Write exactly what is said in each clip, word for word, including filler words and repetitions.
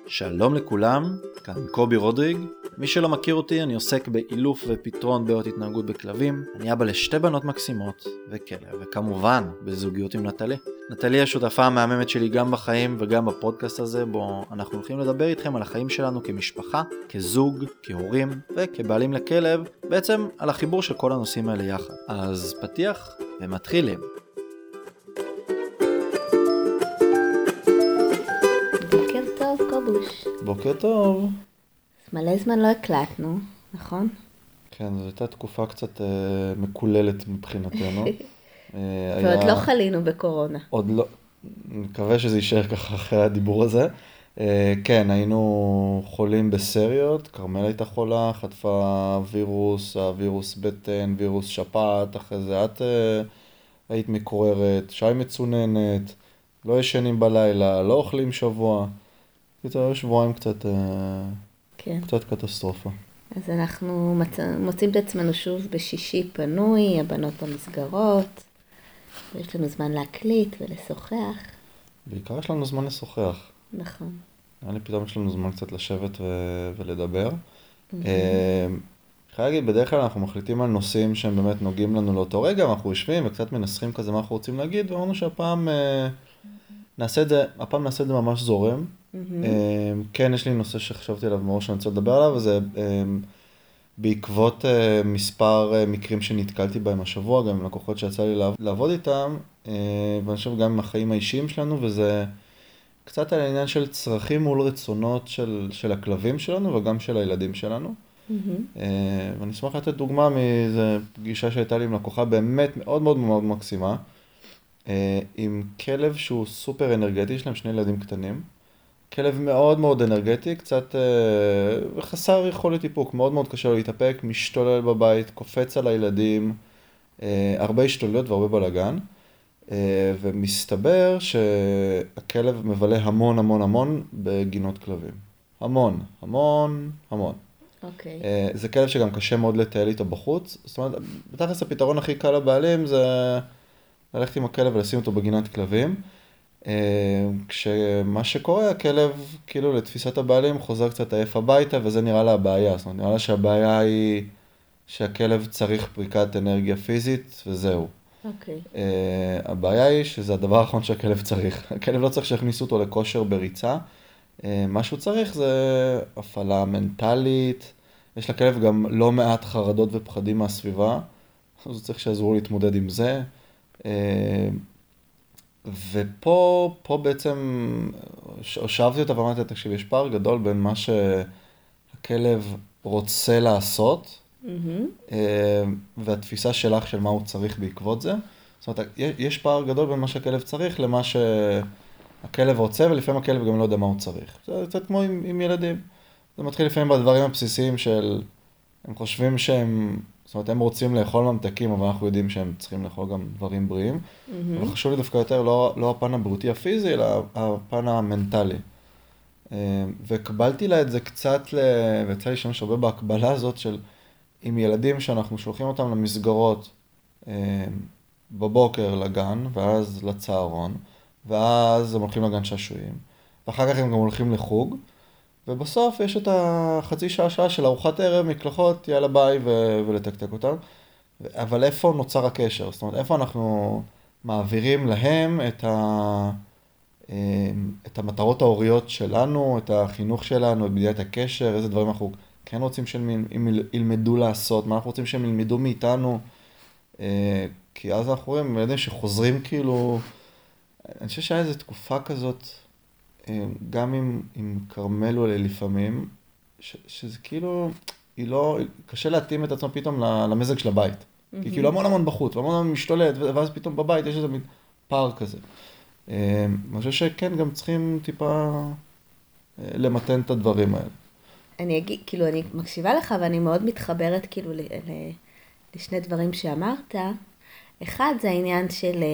שלום לכולם, כאן קובי רודריג. מי שלא מכיר אותי, אני עוסק באילוף ופתרון בעיות התנהגות בכלבים. אני אבא לשתי בנות מקסימות וכלב, וכמובן בזוגיות עם נטלי. נטלי השותפה המהממת שלי גם בחיים וגם בפודקאסט הזה, בו אנחנו הולכים לדבר איתכם על החיים שלנו כמשפחה, כזוג, כהורים וכבעלים לכלב, בעצם על החיבור של כל הנושאים האלה יחד. אז פתיח ומתחילים. בוקר טוב, קובוש. בוקר טוב. מלא זמן לא הקלטנו, נכון? כן, זו הייתה תקופה קצת אה, מקוללת מבחינתנו. אה, ועוד היה... לא חלינו בקורונה. עוד לא, מקווה שזה יישאר ככה אחרי הדיבור הזה. אה, כן, היינו חולים בסריות, קרמל הייתה חולה, חטפה וירוס, הווירוס בטן, וירוס שפעת, אחרי זה את אה, היית מקוררת, שי מצוננת, לא ישנים בלילה, לא אוכלים שבוע. היו שבועיים קצת, אה, כן. קצת קטסטרופה. אז אנחנו מצ... מוצאים את עצמנו שוב בשישי פנוי, הבנות במסגרות, ויש לנו זמן להקליט ולשוחח. בעיקר יש לנו זמן לשוחח. נכון. נראה לי פתאום יש לנו זמן קצת לשבת ו... ולדבר. Mm-hmm. אני חייב להגיד, בדרך כלל אנחנו מחליטים על נושאים שהם באמת נוגעים לנו לאותו רגע, אנחנו יושבים וקצת מנסחים כזה מה אנחנו רוצים להגיד, ואמרנו שהפעם נעשה את זה, הפעם נעשה את זה ממש זורם. Mm-hmm. כן, יש לי נושא שחשבתי עליו מראש שאני רוצה לדבר עליו, וזה בעקבות מספר מקרים שנתקלתי בהם השבוע, גם עם לקוחות שיצא לי לעבוד איתם, ואני חושב גם עם החיים האישיים שלנו, וזה קצת על העניין של צרכים מול רצונות של, של הכלבים שלנו וגם של הילדים שלנו. Mm-hmm. ואני אשמח לתת דוגמה מאיזו פגישה שהייתה לי עם לקוחה באמת מאוד מאוד מאוד מקסימה, עם כלב שהוא סופר אנרגטי, יש להם שני ילדים קטנים. כלב מאוד מאוד אנרגטי, קצת אה, חסר יכולת איפוק, מאוד מאוד קשה לו להתאפק, משתולל בבית, קופץ על הילדים, אה, הרבה השתוללות והרבה בלגן, אה, ומסתבר שהכלב מבלה המון המון המון בגינות כלבים. המון, המון, המון. אוקיי. Okay. אה, זה כלב שגם קשה מאוד לטייל איתו בחוץ, זאת אומרת, בתכלס הפתרון הכי קל לבעלים זה ללכת עם הכלב ולשים אותו בגינת כלבים. כשמה שקורה, הכלב, כאילו לתפיסת הבעלים, חוזר קצת עייף הביתה, וזה נראה לה הבעיה. זאת אומרת, נראה לה שהבעיה היא שהכלב צריך פריקת אנרגיה פיזית, וזהו. אוקיי. Okay. הבעיה היא שזה הדבר האחרון שהכלב צריך. הכלב לא צריך שיכניסו אותו לכושר בריצה. מה שהוא צריך זה הפעלה מנטלית. יש לכלב גם לא מעט חרדות ופחדים מהסביבה, אז הוא צריך שיעזרו להתמודד עם זה. ופה, פה בעצם הושבתי אותה ואמרתי, תקשיב, יש פער גדול בין מה שהכלב רוצה לעשות, mm-hmm. והתפיסה שלך של מה הוא צריך בעקבות זה. זאת אומרת, יש פער גדול בין מה שהכלב צריך למה שהכלב רוצה, ולפעמים הכלב גם לא יודע מה הוא צריך. זה קצת כמו עם, עם ילדים. זה מתחיל לפעמים בדברים הבסיסיים של, הם חושבים שהם, זאת אומרת, הם רוצים לאכול ממתקים, אבל אנחנו יודעים שהם צריכים לאכול גם דברים בריאים. Mm-hmm. אבל חשוב לי דווקא יותר לא, לא הפן הבריאותי הפיזי, אלא הפן המנטלי. וקבלתי לה את זה קצת, ויצא לי שמש הרבה בהקבלה הזאת של עם ילדים שאנחנו שולחים אותם למסגרות בבוקר לגן, ואז לצהרון, ואז הם הולכים לגן שעשועים, ואחר כך הם גם הולכים לחוג, ובסוף יש את החצי שעה שעה של ארוחת ערב, מקלחות, יאללה ביי ו- ולתקתק אותם. אבל איפה נוצר הקשר? זאת אומרת, איפה אנחנו מעבירים להם את, ה- את המטרות ההוריות שלנו, את החינוך שלנו, את בניית הקשר, איזה דברים אנחנו כן רוצים שהם ילמדו לעשות, מה אנחנו רוצים שהם ילמדו מאיתנו. כי אז אנחנו רואים ילדים שחוזרים כאילו, אני חושב שהיה איזו תקופה כזאת, גם עם, עם קרמלו לפעמים, ש, שזה כאילו, היא לא, קשה להתאים את עצמו פתאום למזג של הבית. Mm-hmm. כי כאילו המון המון בחוץ, והמון המון משתולט, ואז פתאום בבית יש איזה מין פער כזה. אני חושב שכן, גם צריכים טיפה למתן את הדברים האלה. אני אגיד, כאילו, אני מקשיבה לך, ואני מאוד מתחברת כאילו ל, ל, לשני דברים שאמרת. אחד, זה העניין של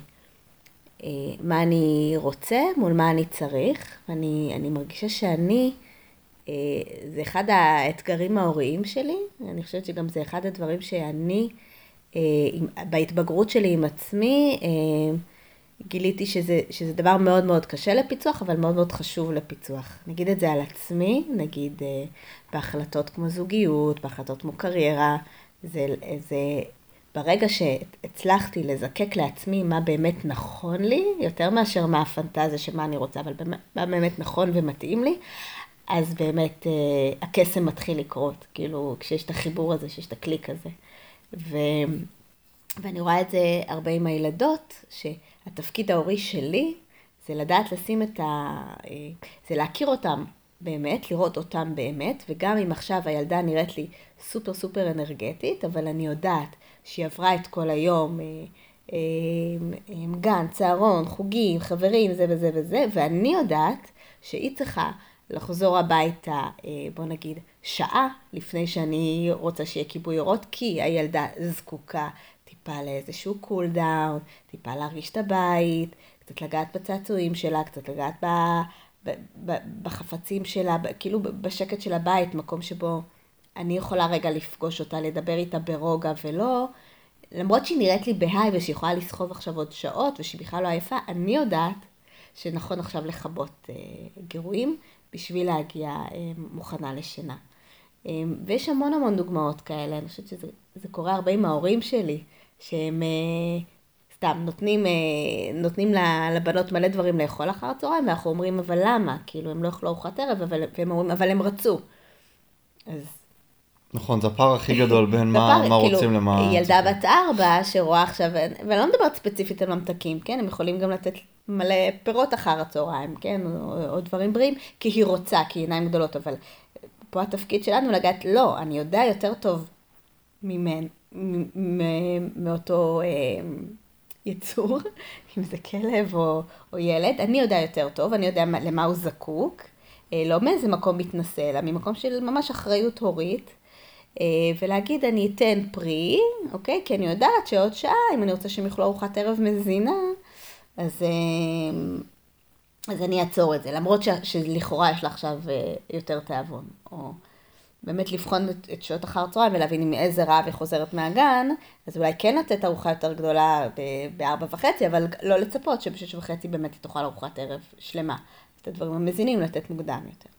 מה אני רוצה מול מה אני צריך, ואני אני מרגישה שאני, זה אחד האתגרים ההוריים שלי, אני חושבת שגם זה אחד הדברים שאני, בהתבגרות שלי עם עצמי, גיליתי שזה, שזה דבר מאוד מאוד קשה לפיצוח, אבל מאוד מאוד חשוב לפיצוח. נגיד את זה על עצמי, נגיד בהחלטות כמו זוגיות, בהחלטות כמו קריירה, זה, זה ברגע שהצלחתי לזקק לעצמי מה באמת נכון לי, יותר מאשר מה הפנטזיה שמה אני רוצה, אבל מה באמת נכון ומתאים לי, אז באמת הקסם מתחיל לקרות, כאילו כשיש את החיבור הזה, כשיש את הקליק הזה. ו... ואני רואה את זה הרבה עם הילדות, שהתפקיד ההורי שלי זה לדעת לשים את ה... זה להכיר אותם באמת, לראות אותם באמת, וגם אם עכשיו הילדה נראית לי סופר סופר אנרגטית, אבל אני יודעת שהיא עברה את כל היום, גן, צהרון, חוגים, חברים, זה וזה וזה, ואני יודעת שהיא צריכה לחזור הביתה, בוא נגיד, שעה לפני שאני רוצה שיהיה כיבוי אורות, כי הילדה זקוקה טיפה לאיזשהו קול דאון, טיפה להרגיש את הבית, קצת לגעת בצעצועים שלה, קצת לגעת ב, ב, ב, בחפצים שלה, כאילו בשקט של הבית, מקום שבו אני יכולה רגע לפגוש אותה, לדבר איתה ברוגע ולא, למרות שהיא נראית לי בהיי ושהיא יכולה לסחוב עכשיו עוד שעות ושהיא בכלל לא עייפה, אני יודעת שנכון עכשיו לכבות אה, גירויים בשביל להגיע אה, מוכנה לשינה. אה, ויש המון המון דוגמאות כאלה, אני חושבת שזה זה קורה הרבה עם ההורים שלי, שהם אה, סתם נותנים, אה, נותנים לבנות מלא דברים לאכול אחר הצהריים, ואנחנו אומרים, אבל למה? כאילו הם לא אכלו ארוחת ערב, אבל, והם אומרים, אבל הם רצו. אז... נכון, זה הפער הכי גדול בין מה, מה כאילו, רוצים למה... ילדה בת ארבע שרואה עכשיו, ואני לא מדברת ספציפית על ממתקים, כן? הם יכולים גם לתת מלא פירות אחר הצהריים, כן? או, או דברים בריאים, כי היא רוצה, כי עיניים גדולות, אבל פה התפקיד שלנו לגעת, לא, אני יודע יותר טוב ממנו. מאותו יצור, אם זה כלב או, או ילד, אני יודע יותר טוב, אני יודע למה הוא זקוק, לא מאיזה מקום מתנסה, אלא ממקום של ממש אחריות הורית, ולהגיד אני אתן פרי, אוקיי? כי אני יודעת שעוד שעה, אם אני רוצה שהם יאכלו ארוחת ערב מזינה, אז, אז אני אעצור את זה, למרות ש, שלכאורה יש לה עכשיו יותר תאבון, או... באמת לבחון את, את שעות אחר צהריים ולהבין אם איזה רעב היא חוזרת מהגן, אז אולי כן לתת ארוחה יותר גדולה בארבע וחצי, אבל לא לצפות שבשש וחצי באמת היא תאכל ארוחת ערב שלמה. את הדברים המזינים לתת מוקדם יותר.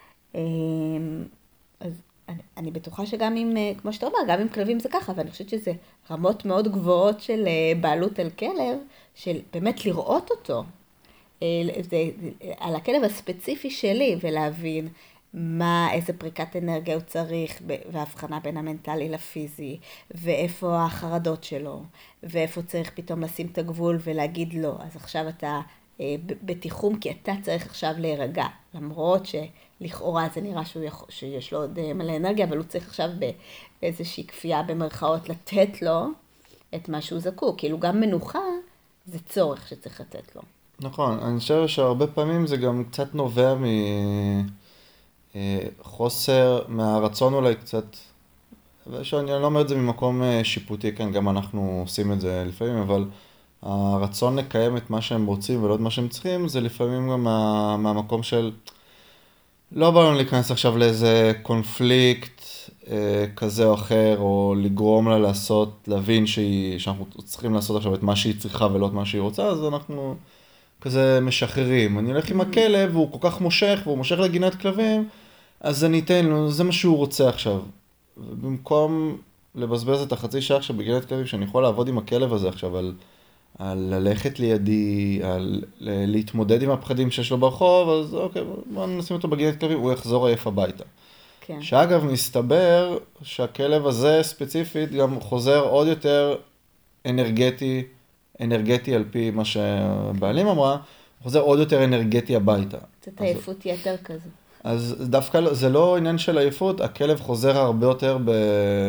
אז אני, אני בטוחה שגם עם, כמו שאתה אומר, גם עם כלבים זה ככה, ואני חושבת שזה רמות מאוד גבוהות של בעלות על כלב, של באמת לראות אותו, זה, על הכלב הספציפי שלי ולהבין, מה, איזה פריקת אנרגיה הוא צריך, והבחנה בין המנטלי לפיזי, ואיפה החרדות שלו, ואיפה צריך פתאום לשים את הגבול ולהגיד לא. אז עכשיו אתה אה, בתיחום, כי אתה צריך עכשיו להירגע, למרות שלכאורה זה נראה שהוא יכול, שיש לו עוד מלא אנרגיה, אבל הוא צריך עכשיו באיזושהי כפייה במרכאות לתת לו את מה שהוא זקוק. כאילו גם מנוחה זה צורך שצריך לתת לו. נכון, אני חושב שהרבה פעמים זה גם קצת נובע מ... חוסר מהרצון אולי קצת, שאני לא אומר את זה ממקום שיפוטי, כן, גם אנחנו עושים את זה לפעמים, אבל הרצון לקיים את מה שהם רוצים ולא את מה שהם צריכים, זה לפעמים גם מה, מהמקום של, לא בא לנו להיכנס עכשיו לאיזה קונפליקט אה, כזה או אחר, או לגרום לה לעשות, להבין שהיא, שאנחנו צריכים לעשות עכשיו את מה שהיא צריכה ולא את מה שהיא רוצה, אז אנחנו כזה משחררים. אני הולך עם הכלב, והוא כל כך מושך, והוא מושך לגינת כלבים, אז אני אתן לו, זה מה שהוא רוצה עכשיו. ובמקום לבזבז את החצי שעה עכשיו בגינת כלבים, שאני יכול לעבוד עם הכלב הזה עכשיו, על, על ללכת לידי, על להתמודד עם הפחדים שיש לו ברחוב, אז אוקיי, בוא נשים אותו בגינת כלבים, הוא יחזור עייף הביתה. כן. שאגב, מסתבר שהכלב הזה ספציפית גם חוזר עוד יותר אנרגטי, אנרגטי על פי מה שבעלים אמרה, הוא חוזר עוד יותר אנרגטי הביתה. קצת עייפות יתר כזה. אז דווקא זה לא עניין של עייפות, הכלב חוזר הרבה יותר ב...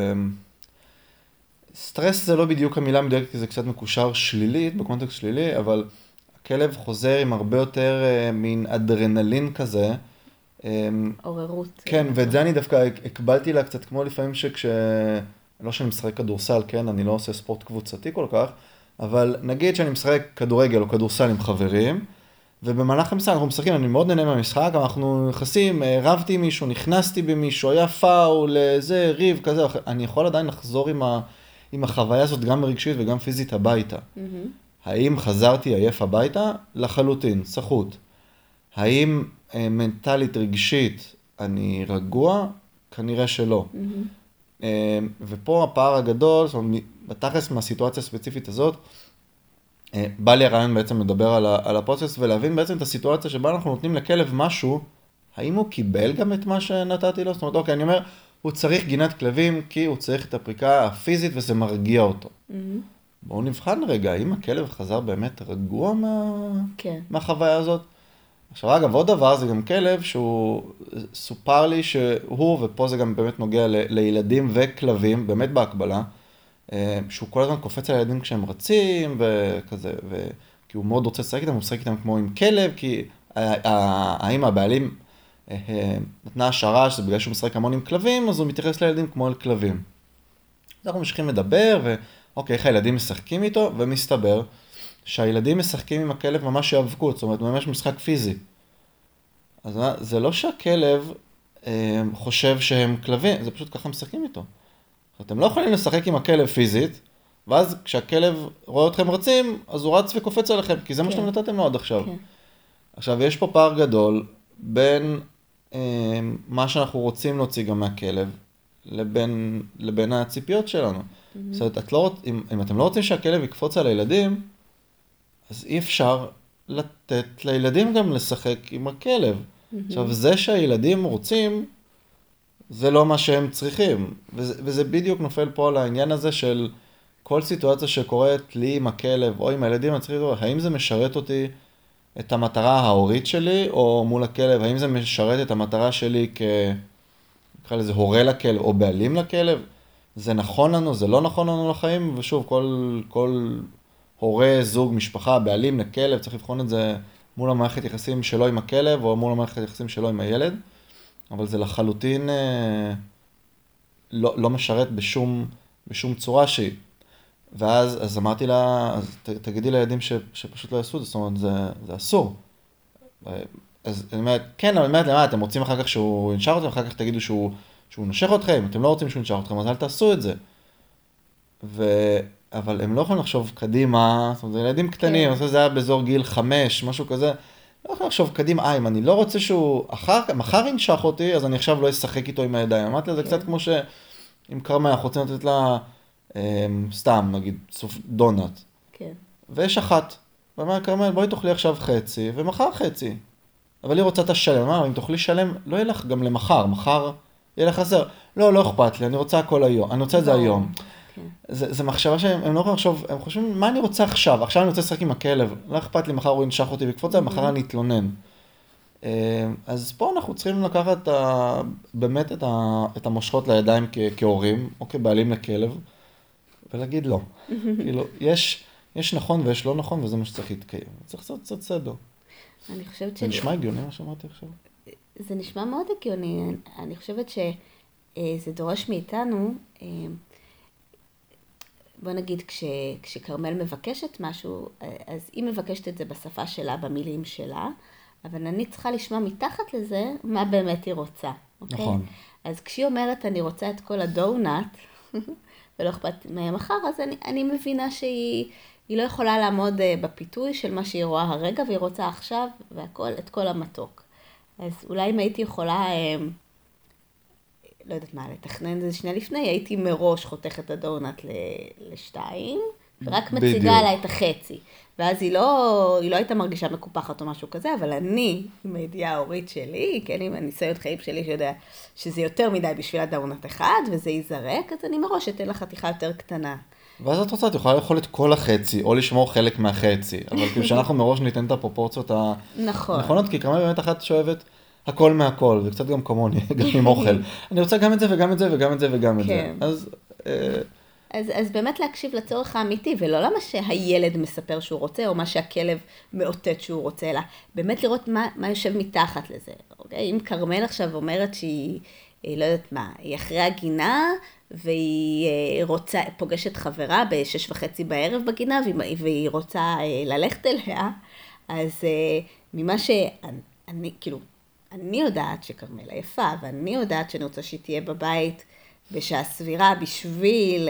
סטרס זה לא בדיוק המילה מדויקת, כי זה קצת מקושר שלילית, בקונטקסט שלילי, אבל הכלב חוזר עם הרבה יותר מין אדרנלין כזה. עוררות. כן, ואת זה אני דווקא הקבלתי לה קצת כמו לפעמים שכש... לא שאני משחק כדורסל, כן, אני לא עושה ספורט קבוצתי כל כך, אבל נגיד שאני משחק כדורגל או כדורסל עם חברים, ובמהלך המשחק אנחנו משחקים, אני מאוד נהנה מהמשחק, אנחנו נכנסים, רבתי עם מישהו, נכנסתי במישהו, היה פאול, זה ריב כזה, אני יכול עדיין לחזור עם, ה, עם החוויה הזאת גם רגשית וגם פיזית הביתה. Mm-hmm. האם חזרתי עייף הביתה? לחלוטין, סחוט. האם אה, מנטלית רגשית אני רגוע? כנראה שלא. Mm-hmm. אה, ופה הפער הגדול, זאת אומרת, בתכלס מהסיטואציה הספציפית הזאת, אה, בא לי הרעיון בעצם לדבר על, ה- על הפרוצס ולהבין בעצם את הסיטואציה שבה אנחנו נותנים לכלב משהו, האם הוא קיבל גם את מה שנתתי לו? זאת אומרת, אוקיי, אני אומר, הוא צריך גינת כלבים כי הוא צריך את הפריקה הפיזית וזה מרגיע אותו. Mm-hmm. בואו נבחן רגע, האם הכלב חזר באמת רגוע מה... כן. מהחוויה הזאת? עכשיו, אגב, עוד דבר, זה גם כלב שהוא סופר לי שהוא, ופה זה גם באמת נוגע ל... לילדים וכלבים, באמת בהקבלה, שהוא כל הזמן קופץ על הילדים כשהם רצים וכזה, ו... כי הוא מאוד רוצה לשחק איתם, הוא משחק איתם כמו עם כלב, כי האם הבעלים נתנה השערה שזה בגלל שהוא משחק המון עם כלבים, אז הוא מתייחס לילדים כמו אל כלבים. אז אנחנו ממשיכים לדבר, ואוקיי, איך הילדים משחקים איתו, ומסתבר שהילדים משחקים עם הכלב ממש יאבקות, זאת אומרת, ממש משחק פיזי. אז זה לא שהכלב אה, חושב שהם כלבים, זה פשוט ככה משחקים איתו. אתם לא יכולים לשחק עם הכלב פיזית, ואז כשהכלב רואה אתכם רצים, אז הוא רץ וקופץ עליכם, כי זה כן. מה שאתם נתתם לו עד עכשיו. כן. עכשיו, יש פה פער גדול בין אה, מה שאנחנו רוצים להוציא גם מהכלב, לבין, לבין הציפיות שלנו. Mm-hmm. זאת אומרת, את לא, אם, אם אתם לא רוצים שהכלב יקפוץ על הילדים, אז אי אפשר לתת לילדים גם לשחק עם הכלב. Mm-hmm. עכשיו, זה שהילדים רוצים, זה לא מה שהם צריכים. וזה, וזה בדיוק נופל פה על העניין הזה של כל סיטואציה שקורית לי עם הכלב או עם הילדים, אני צריך לדעת, האם זה משרת אותי את המטרה ההורית שלי, או מול הכלב, האם זה משרת את המטרה שלי כ... נקרא לזה הורה לכלב, או בעלים לכלב, זה נכון לנו, זה לא נכון לנו לחיים, ושוב, כל, כל הורה, זוג, משפחה, בעלים לכלב, צריך לבחון את זה מול המערכת יחסים שלו עם הכלב, או מול המערכת יחסים שלו עם הילד, אבל זה לחלוטין אה, לא, לא משרת בשום, בשום צורה שהיא. ואז אז אמרתי לה, אז ת, תגידי לילדים ש, שפשוט לא יעשו את זה, זאת אומרת, זה, זה אסור. אז אני אומרת, כן, אבל באמת, למה, אתם רוצים אחר כך שהוא ינשך אתכם, אחר כך תגידו שהוא, שהוא נושך אתכם, אתם לא רוצים שהוא ינשך אתכם, אז אל תעשו את זה. ו... אבל הם לא יכולים לחשוב קדימה, זאת אומרת, זה ילדים קטנים, כן. זה היה באזור גיל חמש, משהו כזה, לא יכולים לחשוב קדימה, אה, אם אני לא רוצה שהוא אחר, מחר ינשך אותי, אז אני עכשיו לא אשחק איתו עם הידיים. אמרתי לזה כן. קצת כמו שאם קרמה, אנחנו רוצים לתת לה, אמ, סתם, נגיד, סוף דונט. כן. ויש אחת. ואומר, קרמל, בואי תאכלי עכשיו חצי, ומחר חצי. אבל היא רוצה את השלם, אמר, אם תאכלי שלם, לא יהיה לך גם למחר, מחר יהיה לך חסר. לא, לא אכפת לי, אני רוצה הכל היום, אני רוצה את זה היום. זה, זה מחשבה שהם הם לא יכולים לחשוב, הם חושבים, מה אני רוצה עכשיו? עכשיו אני רוצה לשחק עם הכלב, לא אכפת לי, מחר הוא ינשך אותי ויקפוץ זה, מחר אני אתלונן. אז פה אנחנו צריכים לקחת ה, באמת את, ה, את המושכות לידיים כ, כהורים, או כבעלים לכלב, ולהגיד לא. כאילו, יש, יש נכון ויש לא נכון, וזה מה שצריך להתקיים. צריך לעשות קצת סדר. אני חושבת ש... זה נשמע הגיוני מה שאמרתי עכשיו? זה נשמע מאוד הגיוני. אני חושבת שזה דורש מאיתנו, בוא נגיד, כש, כשקרמל מבקשת משהו, אז היא מבקשת את זה בשפה שלה, במילים שלה, אבל אני צריכה לשמוע מתחת לזה מה באמת היא רוצה. אוקיי? נכון. אז כשהיא אומרת, אני רוצה את כל הדונט, ולא אכפת מחר, אז אני, אני מבינה שהיא היא לא יכולה לעמוד בפיתוי של מה שהיא רואה הרגע, והיא רוצה עכשיו והכל, את כל המתוק. אז אולי אם הייתי יכולה, לא יודעת מה, לתכנן את זה שנייה לפני, הייתי מראש חותכת את הדונט לשתיים, ורק מציגה לה את החצי. ואז היא לא, היא לא הייתה מרגישה מקופחת או משהו כזה, אבל אני, עם הידיעה ההורית שלי, כן, עם הניסיון חיים שלי שיודע שזה יותר מדי בשביל הדונט אחד, וזה ייזרק, אז אני מראש אתן לה חתיכה יותר קטנה. ואז את רוצה, את יכולה לאכול את כל החצי, או לשמור חלק מהחצי, אבל כאילו שאנחנו מראש ניתן את הפרופורציות הנכונות, כי כמה באמת אחת שאוהבת הכל מהכל, וקצת גם כמוני, גם עם אוכל. אני רוצה גם את זה וגם את זה וגם את זה וגם את זה. אז... אז, אז באמת להקשיב לצורך האמיתי, ולא למה שהילד מספר שהוא רוצה, או מה שהכלב מאותת שהוא רוצה, אלא באמת לראות מה, מה יושב מתחת לזה. אוקיי? אם קרמל עכשיו אומרת שהיא, לא יודעת מה, היא אחרי הגינה, והיא רוצה, פוגשת חברה בשש וחצי בערב בגינה, והיא רוצה ללכת אליה, אז ממה שאני, כאילו, אני יודעת שקרמלה יפה, ואני יודעת שאני רוצה שהיא תהיה בבית בשעה סבירה בשביל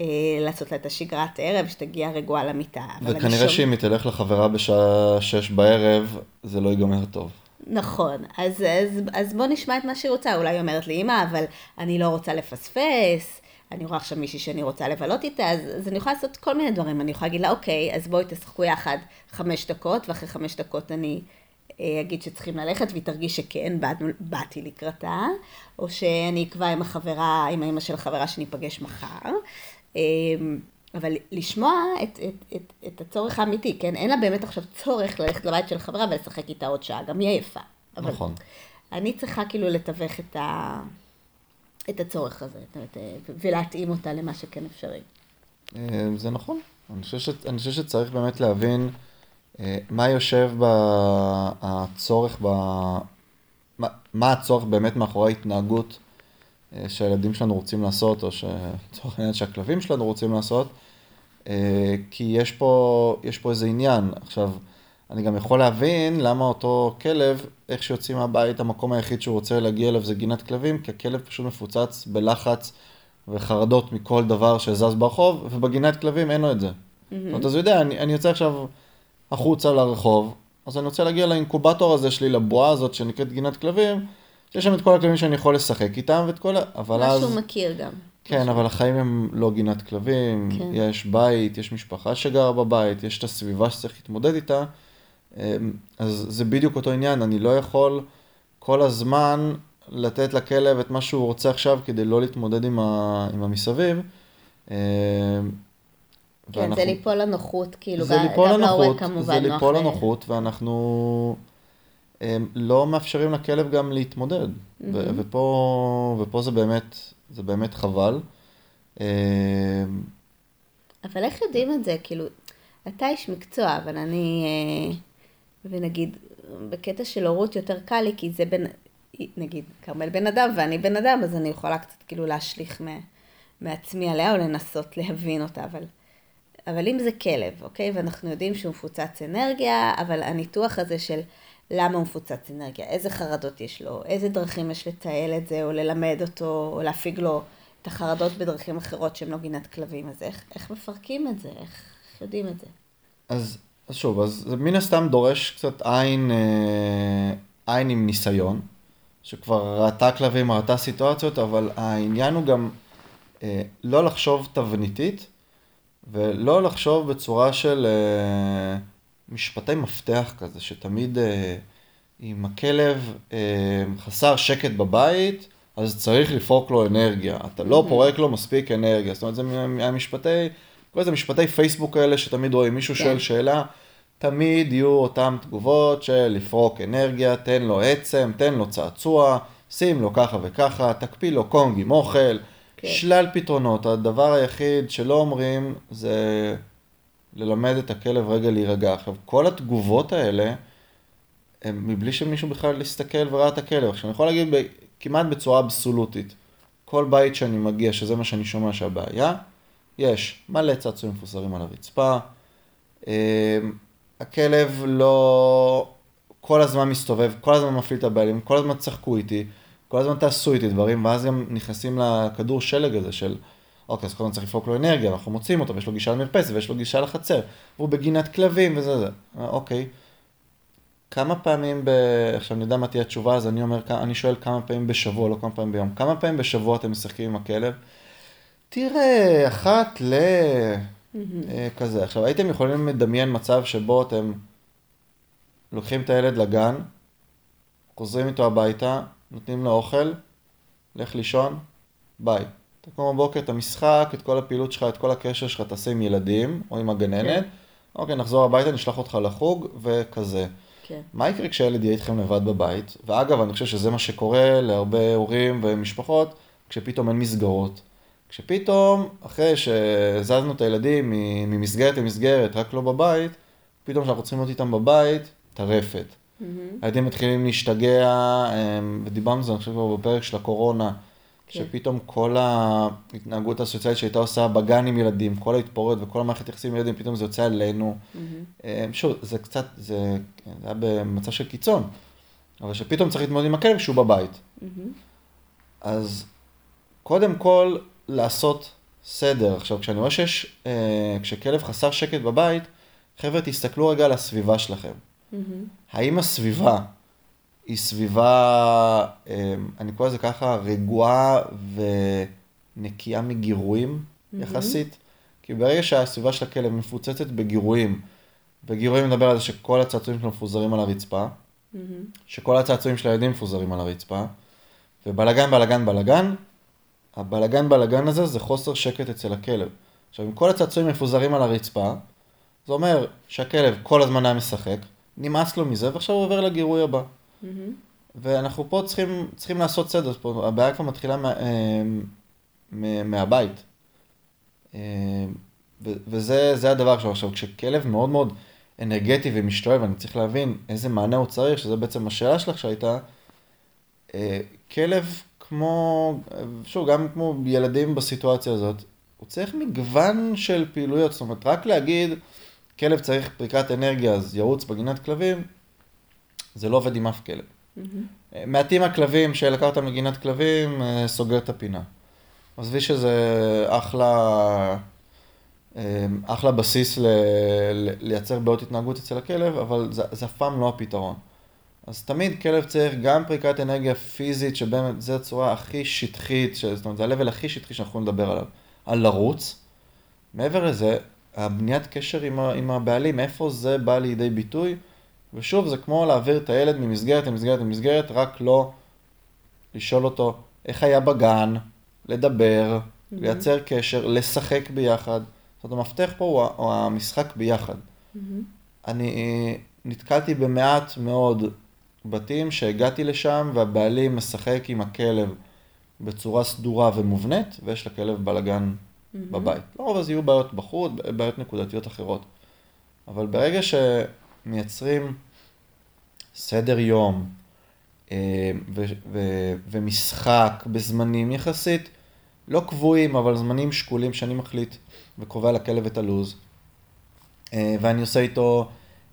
לעשות לה את השגרת ערב, שתגיע רגועה למיטה. וכנראה שאם היא תלך לחברה בשעה שש בערב, זה לא ייגמר טוב. נכון, אז, אז, אז בוא נשמע את מה שהיא רוצה. אולי היא אומרת לי, אמא, אבל אני לא רוצה לפספס, אני רואה עכשיו מישהי שאני רוצה לבלות איתה, אז, אז אני יכולה לעשות כל מיני דברים. אני יכולה להגיד לה, אוקיי, אז בואי תשחקו יחד חמש דקות, ואחרי חמש דקות אני אה, אגיד שצריכים ללכת, והיא תרגיש שכן, באתי, באתי לקראתה, או שאני אקבע עם החברה, עם האמא של החברה שניפגש מחר. אה, אבל לשמוע את, את, את, את הצורך האמיתי, כן? אין לה באמת עכשיו צורך ללכת לבית של חברה ולשחק איתה עוד שעה, גם היא עייפה. נכון. אני צריכה כאילו לתווך את, ה, את הצורך הזה, את, ולהתאים אותה למה שכן אפשרי. זה נכון. אני חושב, ש, אני חושב שצריך באמת להבין מה יושב בצורך, ב, מה, מה הצורך באמת מאחורי ההתנהגות שהילדים שלנו רוצים לעשות, או שצורך העניין שהכלבים שלנו רוצים לעשות, כי יש פה, יש פה איזה עניין. עכשיו, אני גם יכול להבין למה אותו כלב, איך שיוצאים מהבית, המקום היחיד שהוא רוצה להגיע אליו זה גינת כלבים, כי הכלב פשוט מפוצץ בלחץ וחרדות מכל דבר שזז ברחוב, ובגינת כלבים אין לו את זה. Mm-hmm. זאת אומרת, אז הוא יודע, אני, אני יוצא עכשיו החוצה לרחוב, אז אני רוצה להגיע לאינקובטור הזה שלי, לבועה הזאת שנקראת גינת כלבים, שיש שם את כל הכלבים שאני יכול לשחק איתם, ואת כל ה... אבל משהו אז... מכיר גם. כן, משהו. אבל החיים הם לא גינת כלבים, כן. יש בית, יש משפחה שגרה בבית, יש את הסביבה שצריך להתמודד איתה, אז זה בדיוק אותו עניין, אני לא יכול כל הזמן לתת לכלב את מה שהוא רוצה עכשיו, כדי לא להתמודד עם, ה... עם המסביב. כן, ואנחנו... זה ליפול לנוחות, כאילו, זה ליפול גם להורה לנוחות, כמובן. זה ליפול נוח... לנוחות, ואנחנו לא מאפשרים לכלב גם להתמודד, mm-hmm. ו... ופה, ופה זה באמת, זה באמת חבל. אבל איך יודעים את זה? כאילו, אתה איש מקצוע, אבל אני, ונגיד, בקטע של הורות יותר קל לי, כי זה בין, נגיד, כרמל בן אדם ואני בן אדם, אז אני יכולה קצת כאילו להשליך מה, מעצמי עליה, או לנסות להבין אותה, אבל, אבל אם זה כלב, אוקיי? ואנחנו יודעים שהוא מפוצץ אנרגיה, אבל הניתוח הזה של למה הוא מפוצץ אנרגיה, איזה חרדות יש לו, איזה דרכים יש לתעל את זה, או ללמד אותו, או להפיג לו את החרדות בדרכים אחרות שהם לא גינת כלבים, אז איך, איך מפרקים את זה? איך יודעים את זה? אז, אז שוב, אז זה מן הסתם דורש קצת עין, אה, עין עם ניסיון, שכבר ראתה כלבים, ראתה סיטואציות, אבל העניין הוא גם אה, לא לחשוב תבניתית, ולא לחשוב בצורה של אה, משפטי מפתח כזה, שתמיד אה, אם הכלב אה, חסר שקט בבית, אז צריך לפרוק לו אנרגיה. אתה לא פורק לו מספיק אנרגיה. זאת אומרת, זה מהמשפטי, כל זה משפטי פייסבוק האלה שתמיד רואים מישהו שואל שאלה, תמיד יהיו אותם תגובות של לפרוק אנרגיה, תן לו עצם, תן לו צעצוע, שים לו ככה וככה, תקפיא לו קונג עם אוכל, שלל פתרונות. הדבר היחיד שלא אומרים זה ללמד את הכלב רגע להירגע. עכשיו, כל התגובות האלה, הם מבלי שמישהו בכלל להסתכל וראה את הכלב. עכשיו, אני יכול להגיד כמעט בצורה אבסולוטית, כל בית שאני מגיע, שזה מה שאני שומע שהבעיה, יש מלא צעצועים מפוזרים על הרצפה, הכלב לא כל הזמן מסתובב, כל הזמן מפעיל את הבעלים, כל הזמן צחקו איתי, כל הזמן תעשו איתי דברים, ואז גם נכנסים לכדור שלג הזה של, אוקיי, אז כל הזמן צריך לפרוק לו אנרגיה, אנחנו מוצאים אותו, ויש לו גישה למרפסת, ויש לו גישה לחצר, והוא בגינת כלבים וזה זה. אוקיי. כמה פעמים, ב... עכשיו אני יודע מה תהיה התשובה, אז אני אומר, אני שואל כמה פעמים בשבוע, לא כמה פעמים ביום, כמה פעמים בשבוע אתם משחקים עם הכלב? תראה, אחת ל... mm-hmm. כזה. עכשיו, הייתם יכולים לדמיין מצב שבו אתם לוקחים את הילד לגן, חוזרים איתו הביתה, נותנים לו אוכל, לך לישון, ביי. תקום בבוקר את המשחק, את כל הפעילות שלך, את כל הקשר שלך, תעשה עם ילדים או עם הגננת, okay. אוקיי, נחזור הביתה, נשלח אותך לחוג וכזה. כן. מה יקרה כשילד יהיה איתכם לבד בבית? ואגב, אני חושב שזה מה שקורה להרבה הורים ומשפחות, כשפתאום אין מסגרות. כשפתאום, אחרי שזזנו את הילדים ממסגרת למסגרת, רק לא בבית, פתאום שאנחנו צריכים להיות איתם בבית, טרפת. Mm-hmm. הילדים מתחילים להשתגע, ודיברנו על זה, אני חושב כבר בפרק של הקורונה, כן. שפתאום כל ההתנהגות הסוציאלית שהייתה עושה בגן עם ילדים, כל ההתפוררת וכל המערכת יחסים עם ילדים, פתאום זה יוצא עלינו. Mm-hmm. שוב, זה קצת, זה, זה היה במצב של קיצון, אבל שפתאום צריך להתמודד עם הכלב שהוא בבית. Mm-hmm. אז קודם כל לעשות סדר. עכשיו, כשאני רואה שיש, אה, כשכלב חסר שקט בבית, חבר'ה, תסתכלו רגע על הסביבה שלכם. האם הסביבה היא סביבה, אה, אני קורא לזה ככה, רגועה ונקייה מגירויים יחסית? כי ברגע שהסביבה של הכלב מפוצצת בגירויים, וגירויים מדבר על זה שכל הצעצועים שלו מפוזרים על הרצפה, שכל הצעצועים של הילדים מפוזרים על הרצפה, ובלגן, בלגן, בלגן, הבלגן, בלגן הזה זה חוסר שקט אצל הכלב. עכשיו, אם כל הצעצועים מפוזרים על הרצפה, זה אומר שהכלב כל הזמן היה משחק, נמאס לו מזה, ועכשיו הוא עובר לגירוי הבא. ואנחנו פה צריכים, צריכים לעשות סדר, פה הבעיה כבר מתחילה מה, מה, מהבית. ו- וזה זה הדבר עכשיו. עכשיו, כשכלב מאוד מאוד אנרגטי ומשתואב, אני צריך להבין איזה מענה הוא צריך, שזה בעצם השאלה שלך שהייתה, כלב כמו, שוב, גם כמו ילדים בסיטואציה הזאת, הוא צריך מגוון של פעילויות, זאת אומרת, רק להגיד, כלב צריך פריקת אנרגיה, אז ירוץ בגינת כלבים, זה לא עובד עם אף כלב. Mm-hmm. מעטים הכלבים שלקחת מגינת כלבים, סוגר את הפינה. עזבי שזה אחלה, אחלה בסיס ל, ל, לייצר בעיות התנהגות אצל הכלב, אבל זה, זה אף פעם לא הפתרון. אז תמיד כלב צריך גם פריקת אנרגיה פיזית, שבאמת זה הצורה הכי שטחית, זאת אומרת, זה הלבל הכי שטחי שאנחנו נדבר עליו, על לרוץ. מעבר לזה, הבניית קשר עם, עם הבעלים, איפה זה בא לידי ביטוי, ושוב, זה כמו להעביר את הילד ממסגרת למסגרת למסגרת, רק לא לשאול אותו איך היה בגן, לדבר, mm-hmm. לייצר קשר, לשחק ביחד. זאת אומרת, המפתח פה הוא, הוא המשחק ביחד. Mm-hmm. אני נתקלתי במעט מאוד בתים שהגעתי לשם, והבעלים משחק עם הכלב בצורה סדורה ומובנית, ויש לכלב בלגן mm-hmm. בבית. לא, אבל זה יהיו בעיות בחוץ, בעיות נקודתיות אחרות. אבל ברגע שמייצרים סדר יום ו- ו- ומשחק בזמנים יחסית, לא קבועים, אבל זמנים שקולים שאני מחליט וקובע לכלב את הלוז, ואני עושה איתו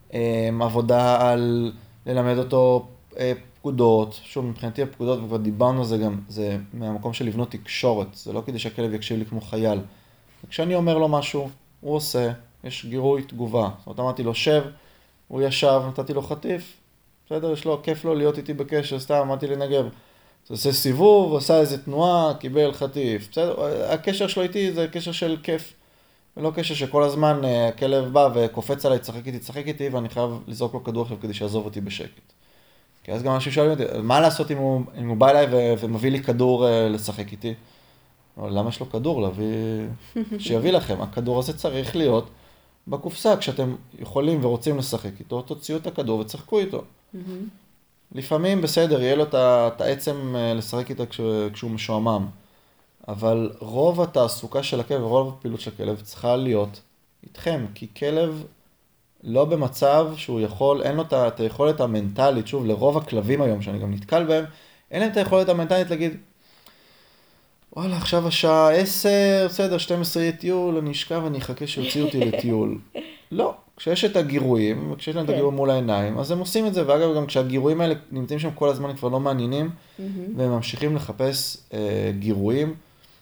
עבודה על ללמד אותו פקודות, שוב מבחינתי הפקודות, וכבר דיברנו על זה גם, זה מהמקום של לבנות תקשורת, זה לא כדי שהכלב יקשיב לי כמו חייל. וכשאני אומר לו משהו, הוא עושה, יש גירוי תגובה. זאת אומרת, אמרתי לו שב, הוא ישב, נתתי לו חטיף, בסדר, יש לו, כיף לו להיות איתי בקשר, סתם אמרתי לנגב, זה עושה סיבוב, עשה איזה תנועה, קיבל חטיף, בסדר, הקשר שלו איתי זה קשר של כיף, ולא קשר שכל הזמן הכלב בא וקופץ עליי, צחק איתי, צחק איתי, ואני חייב לזרוק לו כדור עכשיו כדי שיעזוב אותי בשקט. כי אז גם אנשים שואלים אותי, מה לעשות אם הוא, אם הוא בא אליי ו- ומביא לי כדור לשחק איתי? למה יש לו כדור? להביא... שיביא לכם, הכדור הזה צריך להיות בקופסה, כשאתם יכולים ורוצים לשחק איתו, תוציאו את הכדור וצחקו איתו. לפעמים בסדר, יהיה לו את העצם לשחק איתו כשהוא משועמם, אבל רוב התעסוקה של הכלב ורוב הפעילות של הכלב צריכה להיות איתכם, כי כלב לא במצב שהוא יכול, אין לו את היכולת המנטלית, שוב, לרוב הכלבים היום שאני גם נתקל בהם, אין להם את היכולת המנטלית להגיד, וואלה, עכשיו השעה עשר, בסדר, שתים עשרה יהיה טיול, אני אשכב ואני אחכה שיוציאו אותי לטיול. לא, כשיש את הגירויים, וכשיש להם את הגירויים מול העיניים, אז הם עושים את זה, ואגב, גם כשהגירויים האלה נמצאים שם כל הזמן, הם כבר לא מעניינים, והם ממשיכים לחפש אה, גירויים,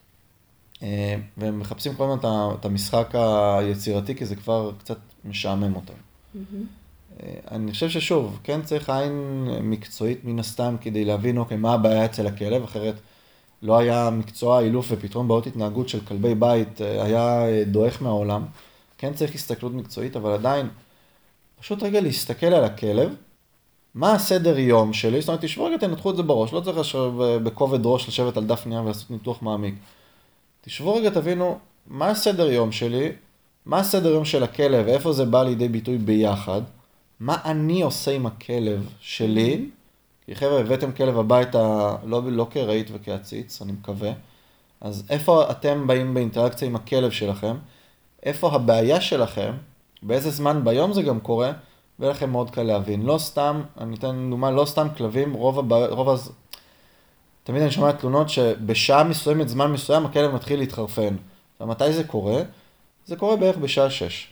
אה, והם מחפשים כל הזמן את המשחק היצירתי, כי זה כבר קצת משעמם אותם. אה, אני חושב ששוב, כן צריך עין מקצועית מן הסתם, כדי להבין, אוקיי, מה הבעיה אצל הכלב, אחרת לא היה מקצוע אילוף ופתרון בעיות התנהגות של כלבי בית, היה דועך מהעולם. כן צריך הסתכלות מקצועית, אבל עדיין, פשוט רגע להסתכל על הכלב, מה הסדר יום שלי, זאת אומרת, תשבו רגע, תנתחו את זה בראש, לא צריך בכובד ראש לשבת על דף נייר ולעשות ניתוח מעמיק. תשבו רגע, תבינו, מה הסדר יום שלי, מה הסדר יום של הכלב, איפה זה בא לידי ביטוי ביחד, מה אני עושה עם הכלב שלי, כי חבר'ה, הבאתם כלב הביתה, לא, לא כרהיט וכעציץ, אני מקווה, אז איפה אתם באים באינטראקציה עם הכלב שלכם, איפה הבעיה שלכם, באיזה זמן ביום זה גם קורה, ולכם מאוד קל להבין. לא סתם, אני אתן דוגמה, לא סתם כלבים, רוב הבעיה, רוב הז... תמיד אני שומע תלונות שבשעה מסוימת, זמן מסוים, הכלב מתחיל להתחרפן. ומתי זה קורה? זה קורה בערך בשעה שש.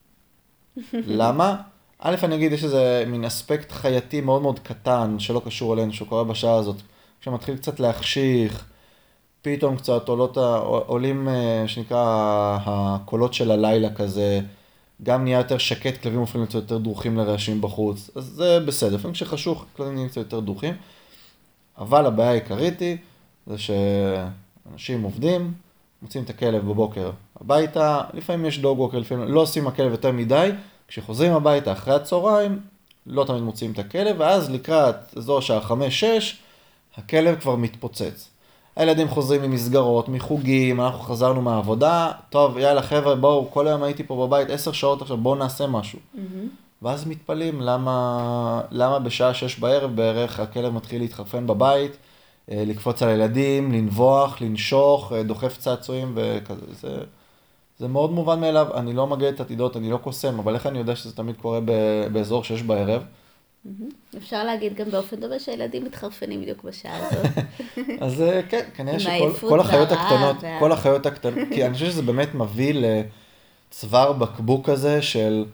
למה? א', אני אגיד, יש איזה מין אספקט חייתי מאוד מאוד קטן, שלא קשור אלינו, שקורה בשעה הזאת. כשמתחיל קצת להחשיך, פתאום קצת עולות, ה- עולים, אה, שנקרא, הקולות של הלילה כזה, גם נהיה יותר שקט, כלבים הופכים להיות יותר דרוכים לרעשים בחוץ, אז זה בסדר, לפעמים כשחשוך, כלבים נהיים קצת יותר דרוכים, אבל הבעיה העיקרית היא, זה שאנשים עובדים, מוצאים את הכלב בבוקר הביתה, לפעמים יש דוג ווקר, לפעמים לא עושים הכלב יותר מדי, כשחוזרים הביתה אחרי הצהריים, לא תמיד מוצאים את הכלב, ואז לקראת אזור שעה חמש שש, הכלב כבר מתפוצץ. הילדים חוזרים ממסגרות, מחוגים, אנחנו חזרנו מהעבודה, טוב, יאללה חבר'ה, בואו, כל היום הייתי פה בבית עשר שעות עכשיו, בואו נעשה משהו. Mm-hmm. ואז מתפלאים למה, למה בשעה שש בערב בערך הכלב מתחיל להתחרפן בבית, לקפוץ על ילדים, לנבוח, לנשוך, דוחף צעצועים וכזה. זה, זה מאוד מובן מאליו, אני לא מגד את עתידות, אני לא קוסם, אבל איך אני יודע שזה תמיד קורה באזור שש בערב? אפשר להגיד גם באופן דומה שהילדים מתחרפנים בדיוק בשעה הזאת. אז כן, כנראה שכל החיות הקטנות, כל החיות הקטנות, כי אני חושב שזה באמת מביא לצוואר בקבוק הזה של,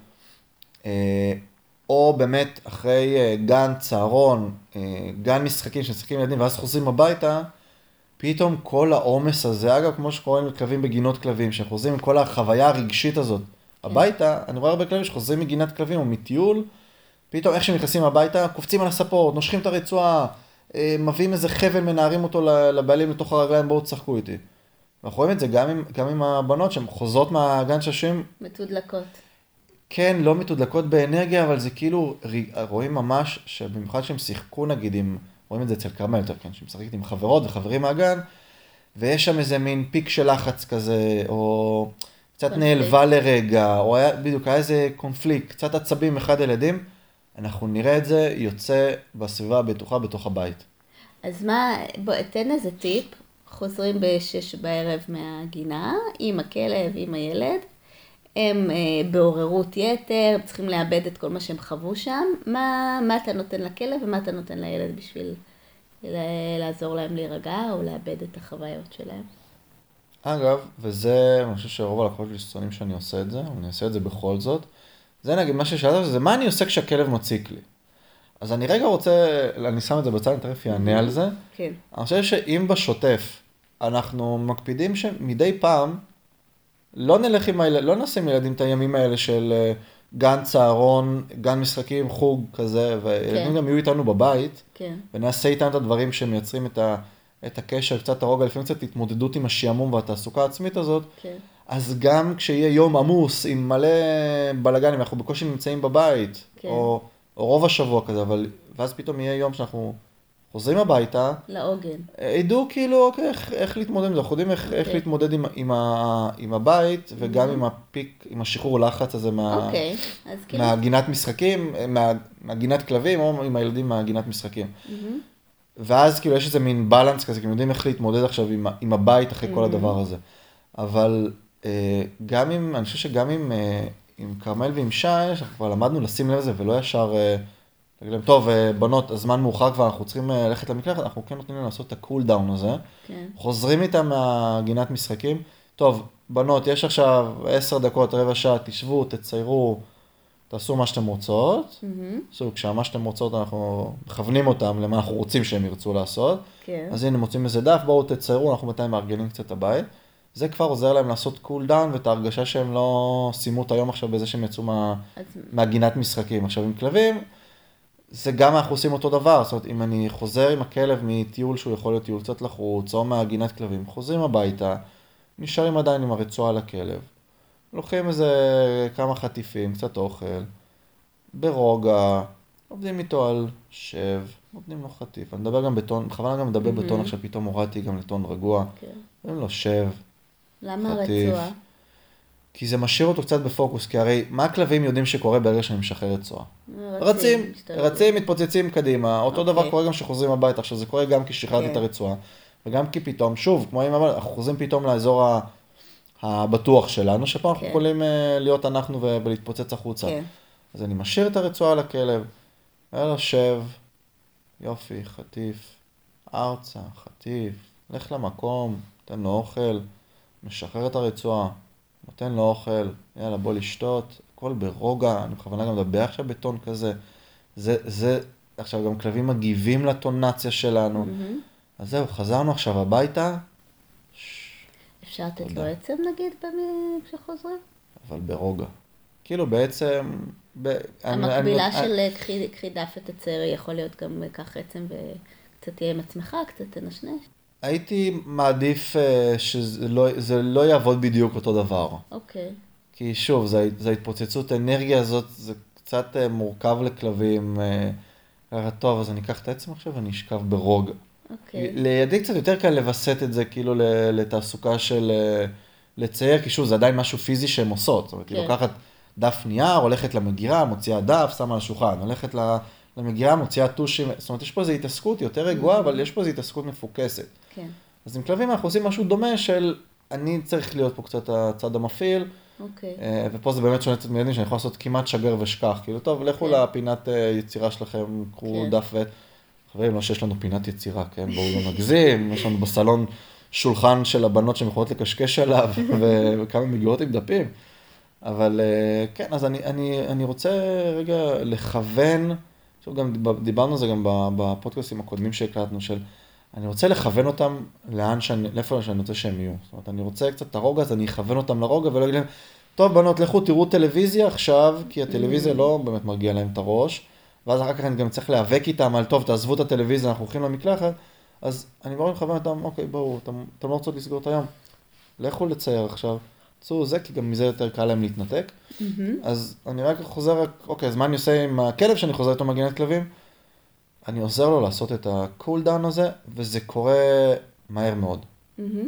או באמת אחרי גן, צהרון, גן משחקים שמשחקים ילדים, ואז חוזרים הביתה, פתאום כל העומס הזה, אגב, כמו שקוראים לכלבים בגינות כלבים, שחוזרים עם כל החוויה הרגשית הזאת הביתה, אני רואה הרבה כלבים שחוזרים מגינת כלבים או מטיול, פתאום איך שהם נכנסים הביתה, קופצים על הספורט, נושכים את הרצועה, מביאים איזה חבל, מנערים אותו לבעלים לתוך הרגליים, בואו תשחקו איתי. ואנחנו רואים את זה גם עם, גם עם הבנות שהן חוזרות מהגן שעשועים. מתודלקות. כן, לא מתודלקות באנרגיה, אבל זה כאילו, רואים ממש שבמיוחד שהם שיחקו נגיד עם, רואים את זה אצל קרמל יותר, כן, שהם משחקת עם חברות וחברים מהגן, ויש שם איזה מין פיק של לחץ כזה, או קצת נעלבה לרגע, או היה, בדיוק, היה איזה קונפליקט, קצת עצבים אחד ילדים, אנחנו נראה את זה יוצא בסביבה הבטוחה בתוך הבית. אז מה, בוא, תן איזה טיפ, חוזרים בשש בערב מהגינה, עם הכלב, עם הילד, הם אה, בעוררות יתר, צריכים לאבד את כל מה שהם חוו שם, מה, מה אתה נותן לכלב ומה אתה נותן לילד בשביל לעזור להם להירגע או לאבד את החוויות שלהם? אגב, וזה, אני חושב שרוב הלקוחות שלי שונאים שאני עושה את זה, אני עושה את זה בכל זאת, זה נגיד מה ששאלת, זה מה אני עושה כשהכלב מציק לי. אז אני רגע רוצה, אני שם את זה בצד, אני תכף יענה על זה. כן. אני חושב שאם בשוטף אנחנו מקפידים שמדי פעם, לא נלך עם הילד, לא נעשה עם ילדים את הימים האלה של גן צהרון, גן משחקים, חוג כזה, וילדים כן. גם יהיו איתנו בבית, כן. ונעשה איתנו את הדברים שמייצרים את, ה, את הקשר, קצת הרוגע, לפעמים קצת התמודדות עם השיעמום והתעסוקה העצמית הזאת, כן. אז גם כשיהיה יום עמוס עם מלא בלגנים, אנחנו בקושי נמצאים בבית, כן. או, או רוב השבוע כזה, אבל, ואז פתאום יהיה יום שאנחנו חוזרים הביתה. לעוגן. ידעו כאילו אוקיי, איך, איך להתמודד עם זה, אנחנו יודעים איך, okay. איך להתמודד עם, עם, ה, עם הבית, וגם mm-hmm. עם הפיק, עם השחרור לחץ הזה מה, okay. אז כאילו... מהגינת משחקים, מה, מהגינת כלבים, או עם הילדים מהגינת משחקים. Mm-hmm. ואז כאילו יש איזה מין בלנס כזה, כי הם יודעים איך להתמודד עכשיו עם, עם הבית אחרי mm-hmm. כל הדבר הזה. אבל גם אם, אני חושב שגם עם, עם קרמל ועם שי, אנחנו כבר למדנו לשים לב לזה ולא ישר, להגיד להם, טוב, בנות, הזמן מאוחר כבר, אנחנו צריכים ללכת למקלחת, אנחנו כן נותנים להם לעשות את הקול דאון הזה, כן. חוזרים איתם מהגינת משחקים, טוב, בנות, יש עכשיו עשר דקות, רבע שעה, תשבו, תציירו, תעשו מה שאתם רוצות, mm-hmm. כשמה שאתם רוצות אנחנו מכוונים אותם למה אנחנו רוצים שהם ירצו לעשות, כן. אז הנה מוצאים איזה דף, בואו תציירו, אנחנו מתי מארגנים קצת הבית, זה כבר עוזר להם לעשות קול דאון, ואת ההרגשה שהם לא סיימו את היום עכשיו בזה שהם יצאו מה, אז... מהגינת משחקים. עכשיו עם כלבים, זה גם אנחנו עושים אותו דבר, זאת אומרת, אם אני חוזר עם הכלב מטיול שהוא יכול להיות טיול קצת לחוץ, או מהגינת כלבים, חוזרים הביתה, נשארים עדיין עם הרצועה על הכלב, לוקחים איזה כמה חטיפים, קצת אוכל, ברוגע, עובדים איתו על שב, עובדים לו חטיף. אני מדבר גם בטון, בכוונה גם מדבר mm-hmm. בטון, עכשיו פתאום הורדתי גם לטון רגוע, עובדים לו שב, למה חטיף. רצועה? כי זה משאיר אותו קצת בפוקוס, כי הרי מה הכלבים יודעים שקורה ברגע שאני משחרר רצועה? רצים, רצים, מתפוצצים קדימה, אותו דבר קורה גם שחוזרים הביתה, עכשיו זה קורה גם כי שחררתי את הרצועה, וגם כי פתאום, שוב, כמו אם אנחנו חוזרים פתאום לאזור הבטוח שלנו, שפה אנחנו יכולים להיות אנחנו ולהתפוצץ החוצה. אז אני משאיר את הרצועה לכלב, יאללה שב, יופי, חטיף, ארצה, חטיף, לך למקום, תן לו אוכל, משחרר את הרצועה, נותן לו אוכל, יאללה בוא לשתות, הכל ברוגע, אני בכוונה גם מדבר עכשיו בטון כזה, זה, זה, עכשיו גם כלבים מגיבים לטונציה שלנו, mm-hmm. אז זהו, חזרנו עכשיו הביתה, אפשר לתת תודה. לו עצם נגיד במ- כשחוזרים? אבל ברוגע. כאילו בעצם... ב... אני- המקבילה אני- של אה, קחי קחי דף ותצייר יכול להיות גם קח עצם וקצת תהיה עם עצמך, קצת תנשנש. הייתי מעדיף אה, שזה לא, זה לא יעבוד בדיוק אותו דבר. אוקיי, כי שוב, זה, זה ההתפוצצות האנרגיה הזאת, זה קצת אה, מורכב לכלבים. אה, ככה, טוב, אז אני אקח את העצם עכשיו ואני אשכב ברוגע. אוקיי. לידי קצת יותר קל לבסט את זה כאילו ל- לתעסוקה של אה, לצייר, כי שוב, זה עדיין משהו פיזי שהן עושות. זאת אומרת, היא כן. לוקחת דף נייר, הולכת למגירה, מוציאה דף, שמה על השולחן, הולכת ל- למגירה, מוציאה טושים, זאת אומרת, יש פה איזו התעסקות יותר רגועה, אבל יש פה איזו התעסקות מפוקסת. כן, אז עם כלבים אנחנו עושים משהו דומה של, אני צריך להיות פה קצת הצד המפעיל, אוקיי. אה, ופה זה באמת שונה קצת מילדים שאני יכול לעשות כמעט שגר ושכח, כאילו, טוב, לכו כן. לפינת אה, יצירה שלכם, קחו כן. דף ועט. חברים, לא שיש לנו פינת יצירה, כן? בואו לא נגזים, יש לנו בסלון שולחן של הבנות שהן יכולות לקשקש עליו, ו- וכמה מגירות עם דפים. אבל אה, כן, אז אני, אני, אני רוצה רגע לכוון, עכשיו גם דיב- דיברנו על זה גם ב- בפודקאסטים הקודמים שהקלטנו, של אני רוצה לכוון אותם לאן שאני, לאיפה שאני רוצה שהם יהיו. זאת אומרת, אני רוצה קצת את הרוגע, אז אני אכוון אותם לרוגע ולא אגיד להם, טוב בנות, לכו תראו טלוויזיה עכשיו, כי הטלוויזיה לא באמת מרגיע להם את הראש, ואז אחר כך אני גם צריך להיאבק איתם על, טוב, תעזבו את הטלוויזיה, אנחנו הולכים למקלחת, אז אני מאוד מכוון אותם, אוקיי, בואו, אתם, אתם לא רוצות לסגור את היום, לכו לצייר עכשיו, צאו זה, כי גם מזה יותר קל להם להתנתק. אז אני רק חוזר, רק, אוקיי, אז מה אני עושה עם הכלב שאני חוזר איתו מגינת כלבים? אני עוזר לו לעשות את הקול דאון הזה, וזה קורה מהר מאוד. מהמם.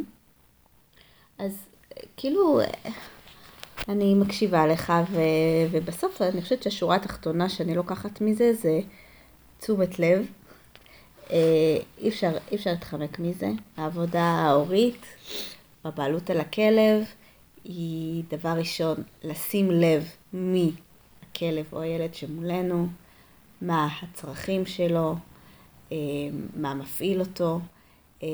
אז אה, כאילו, אה, אני מקשיבה לך, ו... ובסוף אני חושבת שהשורה התחתונה שאני לוקחת מזה זה תשומת לב. אה, אי אפשר, אי אפשר להתחמק מזה. העבודה ההורית בבעלות על הכלב היא דבר ראשון לשים לב מי הכלב או הילד שמולנו, מה הצרכים שלו, אה, מה מפעיל אותו, אה,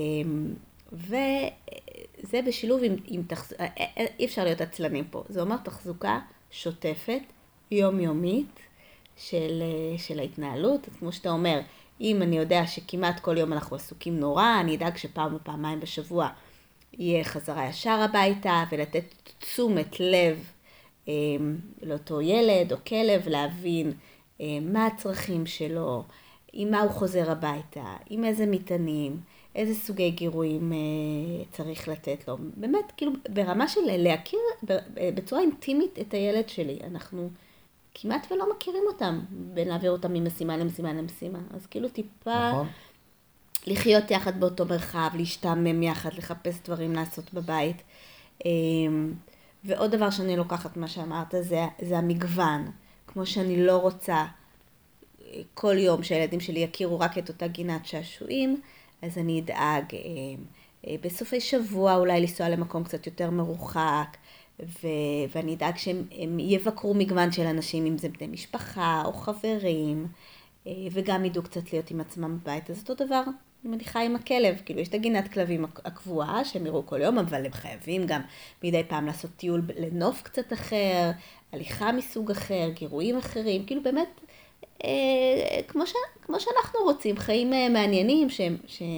וזה בשילוב עם, עם תחז... אה, אה, אי אפשר להיות עצלנים פה, זה אומר תחזוקה שוטפת, יומיומית, של, אה, של ההתנהלות. אז כמו שאתה אומר, אם אני יודע שכמעט כל יום אנחנו עסוקים נורא, אני אדאג שפעם או פעמיים בשבוע יהיה חזרה ישר הביתה, ולתת תשומת לב אה, לאותו ילד או כלב, להבין אה, מה הצרכים שלו, עם מה הוא חוזר הביתה, עם איזה מטענים, איזה סוגי גירויים אה, צריך לתת לו. באמת, כאילו, ברמה של להכיר בצורה אינטימית את הילד שלי. אנחנו כמעט ולא מכירים אותם, בין להעביר אותם ממשימה למשימה למשימה. אז כאילו טיפה נכון? לחיות יחד באותו מרחב, להשתעמם יחד, לחפש דברים לעשות בבית. אמ, ועוד דבר שאני לוקחת מה שאמרת, זה, זה המגוון. כמו שאני לא רוצה אה, כל יום שהילדים שלי יכירו רק את אותה גינת שעשועים, אז אני אדאג אה, אה, בסופי שבוע אולי לנסוע למקום קצת יותר מרוחק, ו- ואני אדאג שהם הם יבקרו מגוון של אנשים, אם זה בני משפחה או חברים, אה, וגם ידעו קצת להיות עם עצמם בבית. אז אותו דבר, אני מניחה עם הכלב, כאילו יש את הגינת כלבים הקבועה שהם יראו כל יום, אבל הם חייבים גם מדי פעם לעשות טיול לנוף קצת אחר, הליכה מסוג אחר, גירויים אחרים, כאילו באמת, אה, כמו, ש, כמו שאנחנו רוצים, חיים אה, מעניינים שהם,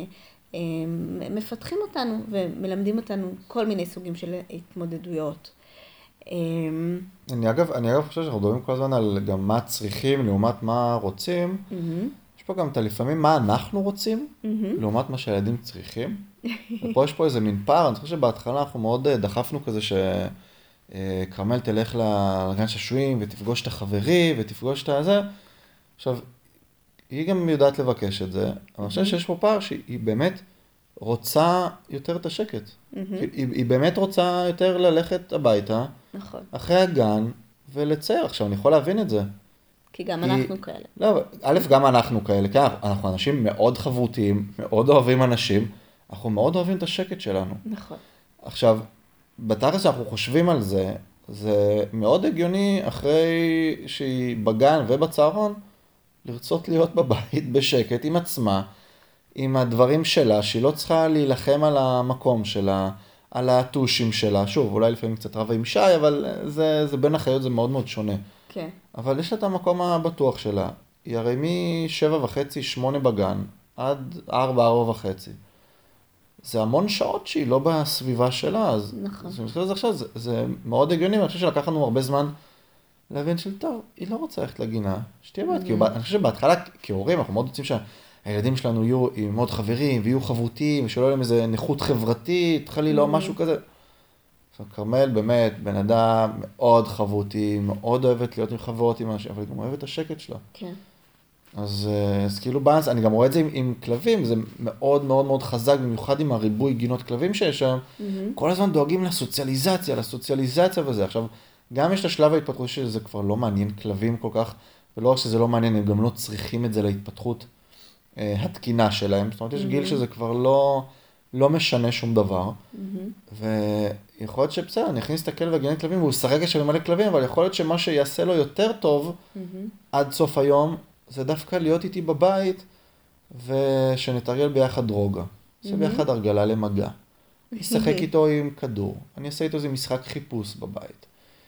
שמפתחים אותנו ומלמדים אותנו כל מיני סוגים של התמודדויות. אה, אני אגב, אני אגב חושב שאנחנו מדברים כל הזמן על גם מה צריכים לעומת מה רוצים. מהמם, יש פה גם את הלפעמים מה אנחנו רוצים, מהמם, לעומת מה שהילדים צריכים. ופה יש פה איזה מין פער, אני חושב שבהתחלה אנחנו מאוד אה, דחפנו כזה שכרמל תלך לגן שעשועים ותפגוש את החברי ותפגוש את הזה. עכשיו, היא גם יודעת לבקש את זה, אבל אני חושב שיש פה פער שהיא באמת רוצה יותר את השקט. מהמם. היא, היא באמת רוצה יותר ללכת הביתה, נכון, אחרי הגן, ולצייר. עכשיו, אני יכול להבין את זה. כי גם כי- אנחנו כאלה. לא, א', גם אנחנו כאלה, כי אנחנו, אנחנו אנשים מאוד חברותיים, מאוד אוהבים אנשים, אנחנו מאוד אוהבים את השקט שלנו. נכון. עכשיו, בתכלס שאנחנו חושבים על זה, זה מאוד הגיוני אחרי שהיא בגן ובצהרון, לרצות להיות בבית בשקט עם עצמה, עם הדברים שלה, שהיא לא צריכה להילחם על המקום שלה, על הטושים שלה. שוב, אולי לפעמים קצת רבה עם שי, אבל זה, זה בין החיות, זה מאוד מאוד שונה. כן. אבל יש לה את המקום הבטוח שלה. היא הרי משבע וחצי, שמונה בגן, עד ארבע, ארבע וחצי. זה המון שעות שהיא לא בסביבה שלה, אז נכון. כשאני מסתכל על זה עכשיו, זה, זה מאוד הגיוני, ואני חושב שלקח לנו הרבה זמן להבין של טוב, היא לא רוצה ללכת לגינה, שתהיה בית, כי אני חושב שבהתחלה כהורים אנחנו מאוד רוצים שהילדים שלנו יהיו עם מאוד חברים, ויהיו חברותיים, ושלא יהיה להם איזה נכות חברתית, חלילה או משהו כזה. עכשיו, כרמל באמת בן אדם מאוד חבותי, מאוד אוהבת להיות עם חברות עם אנשים, אבל היא גם אוהבת את השקט שלה. כן. אז, אז כאילו באנס, אני גם רואה את זה עם, עם כלבים, זה מאוד מאוד מאוד חזק, במיוחד עם הריבוי גינות כלבים שיש שם, mm-hmm. כל הזמן דואגים לסוציאליזציה, לסוציאליזציה וזה. עכשיו, גם יש את השלב ההתפתחות שזה כבר לא מעניין כלבים כל כך, ולא רק שזה לא מעניין, הם גם לא צריכים את זה להתפתחות אה, התקינה שלהם. זאת אומרת, יש mm-hmm. גיל שזה כבר לא, לא משנה שום דבר, mm-hmm. ויכול להיות שבסדר, אני אכניס את הכלב לגינת כלבים, והוא שחק שם במלא כלבים, אבל יכול להיות שמה שיעשה לו יותר טוב, mm-hmm. עד סוף היום, זה דווקא להיות איתי בבית, ושנתרגל ביחד רוגע. נעשה ביחד הרגלה למגע. נשחק איתו עם כדור. אני אעשה איתו איזה משחק חיפוש בבית.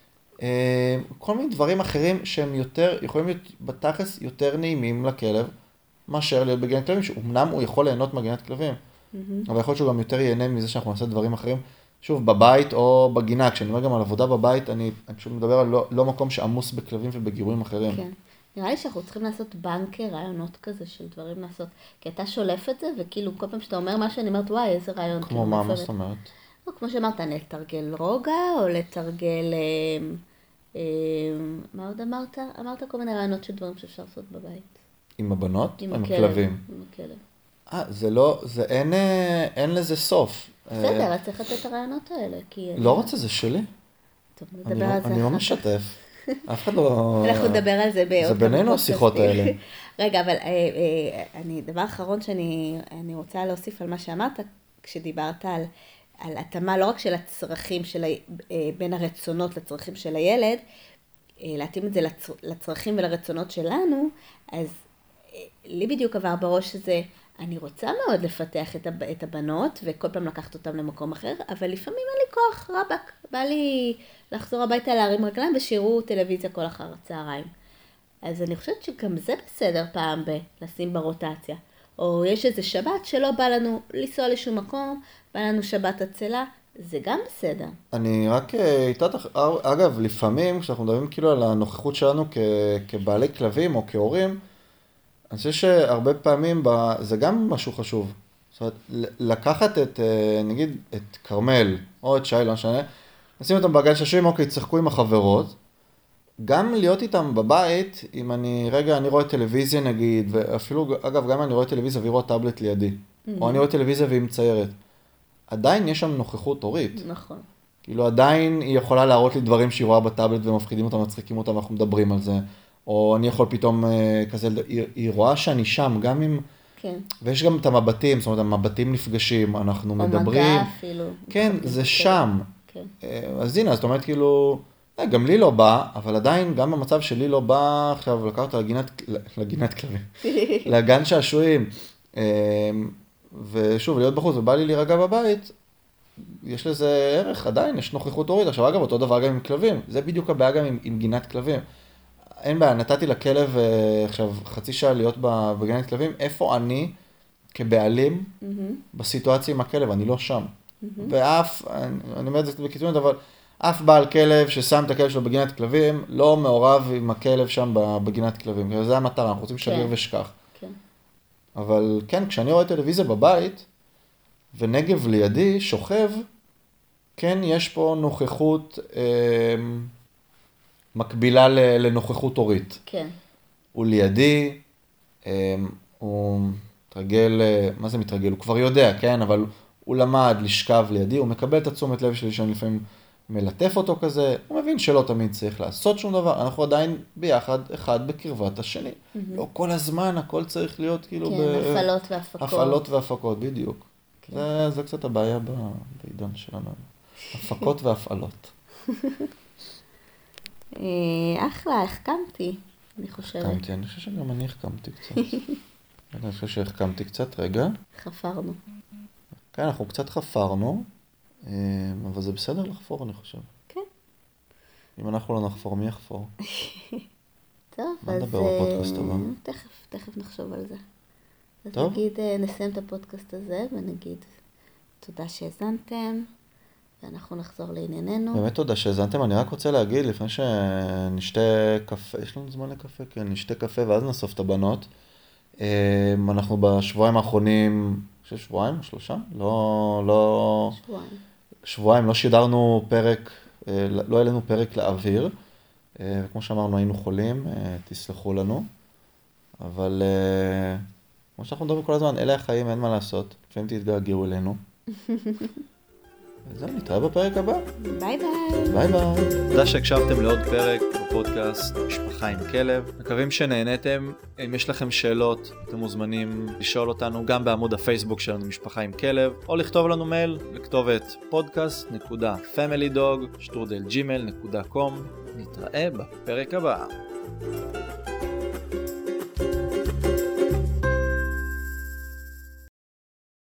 כל מיני דברים אחרים שהם יותר, יכולים להיות בתכלס יותר נעימים לכלב, מאשר להיות בגינת כלבים, שאומנם הוא יכול ליהנות מגינת כלבים, אבל יכול להיות שהוא גם יותר ייהנה מזה שאנחנו נעשה דברים אחרים, שוב, בבית או בגינה. כשאני אומר גם על עבודה בבית, אני, אני פשוט מדבר על לא, לא מקום שעמוס בכלבים ובגירויים אחרים. כן. נראה לי שאנחנו צריכים לעשות בנקר, רעיונות כזה של דברים לעשות. כי אתה שולף את זה, וכאילו כל פעם שאתה אומר משהו, אני אומרת, וואי, איזה רעיון. כמו כאילו, מה, מה זאת אומרת? או כמו שאמרת, לתרגל רוגע, או לתרגל... אה, אה, מה עוד אמרת? אמרת כל מיני רעיונות של דברים שאפשר לעשות בבית. עם הבנות? עם עם הכלב. הכלבים? עם הכלב. אה, זה לא, זה אין, אין לזה סוף. בסדר, צריך לתת את הרעיונות האלה. כי... לא רוצה, זה שלי. טוב, נדבר על זה. אני לא משתף. אף אחד לא... אנחנו נדבר על זה בעוד... זה בינינו השיחות האלה. רגע, אבל אני, דבר אחרון שאני רוצה להוסיף על מה שאמרת, כשדיברת על, על התאמה לא רק של הצרכים, של, בין הרצונות לצרכים של הילד, להתאים את זה לצר, לצרכים ולרצונות שלנו, אז לי בדיוק עבר בראש שזה, אני רוצה מאוד לפתח את, את הבנות, וכל פעם לקחת אותם למקום אחר, אבל לפעמים אין לי כוח, רבק, בא לי לחזור הביתה להרים רגליים, ושירו טלוויזיה כל אחר הצהריים. אז אני חושבת שגם זה בסדר פעם ב- לשים ברוטציה. או יש איזה שבת שלא בא לנו לנסוע לשום מקום, בא לנו שבת הצלה, זה גם בסדר. אני רק איתת, אגב, לפעמים, כשאנחנו מדברים כאילו על הנוכחות שלנו כ, כבעלי כלבים או כהורים, אני חושב שהרבה פעמים זה גם משהו חשוב. זאת אומרת, לקחת את, נגיד, את כרמל או את שי, לא משנה, נשים אותם בגן שעשועים, אוקיי, צחקו עם החברות, גם להיות איתם בבית, אם אני, רגע, אני רואה טלוויזיה נגיד, ואפילו, אגב, גם אני רואה טלוויזיה והיא רואה טאבלט לידי, mm-hmm. או אני רואה טלוויזיה והיא מציירת, עדיין יש שם נוכחות הורית. נכון. כאילו עדיין היא יכולה להראות לי דברים שהיא רואה בטאבלט ומפחידים אותם, מצחיקים אותם, ואנחנו מדברים על זה. או אני יכול פתאום כזה, היא, היא רואה שאני שם, גם אם... כן. ויש גם את המבטים, זאת אומרת, המבטים נפגשים, אנחנו או מדברים. או מגע אפילו. כן, זה שם. כן. אז הנה, זאת אומרת, כאילו, גם לי לא בא, אבל עדיין, גם במצב שלי לא בא, עכשיו לקחת אותה לגינת, לגינת כלבים, לגן שעשועים. ושוב, להיות בחוץ, ובא לי להירגע בבית, יש לזה ערך, עדיין, יש נוכחות הורית. עכשיו, אגב, אותו דבר גם עם כלבים. זה בדיוק הבעיה גם עם, עם גינת כלבים. אין בעיה, נתתי לכלב עכשיו חצי שעה להיות בגינת כלבים, איפה אני כבעלים mm-hmm. בסיטואציה עם הכלב, אני לא שם. Mm-hmm. ואף, אני, אני אומר את זה בקיצונית, אבל אף בעל כלב ששם את הכלב שלו בגינת כלבים, לא מעורב עם הכלב שם בגינת כלבים. זה המטרה, אנחנו רוצים שגר ושכח. כן. אבל כן, כשאני רואה טלוויזיה בבית, ונגב לידי שוכב, כן, יש פה נוכחות... אה, מקבילה לנוכחות הורית. כן. הוא לידי, הוא מתרגל, מה זה מתרגל? הוא כבר יודע, כן? אבל הוא למד לשכב לידי, הוא מקבל את התשומת לב שלי שאני לפעמים מלטף אותו כזה, הוא מבין שלא תמיד צריך לעשות שום דבר, אנחנו עדיין ביחד, אחד בקרבת השני. Mm-hmm. לא כל הזמן, הכל צריך להיות כאילו... כן, ב... הפעלות והפקות. הפעלות והפקות, בדיוק. כן. זה, זה קצת הבעיה בעידן שלנו. הפקות והפעלות. אחלה, החכמתי, אני חושבת. החכמתי, אני חושב שגם אני החכמתי קצת. אני חושב שהחכמתי קצת, רגע. חפרנו. כן, אנחנו קצת חפרנו, אבל זה בסדר לחפור, אני חושב. כן. אם אנחנו לא נחפור, מי יחפור? טוב, מה אז... נדבר בפודקאסט הבא? תכף, תכף נחשוב על זה. טוב. אז נגיד, נסיים את הפודקאסט הזה ונגיד תודה שהזנתם, ואנחנו נחזור לענייננו. באמת תודה שהזנתם, אני רק רוצה להגיד, לפני שנשתה קפה, יש לנו זמן לקפה? כן, נשתה קפה ואז נאסוף את הבנות. אנחנו בשבועיים האחרונים, אני חושב שבועיים, שלושה? לא, לא... שבועיים. שבועיים, לא שידרנו פרק, לא היה לנו פרק לאוויר. וכמו שאמרנו, היינו חולים, תסלחו לנו. אבל כמו שאנחנו מדברים כל הזמן, אלה החיים, אין מה לעשות. לפעמים תתגעגעו אלינו. וזהו, נתראה בפרק הבא. ביי ביי. ביי ביי. תודה שהקשבתם לעוד פרק בפודקאסט משפחה עם כלב. מקווים שנהנתם. אם יש לכם שאלות, אתם מוזמנים לשאול אותנו גם בעמוד הפייסבוק שלנו משפחה עם כלב, או לכתוב לנו מייל לכתובת פודקאסט נקודה פמילי דוג שטרודל ג'ימייל נקודה קום. נתראה בפרק הבא.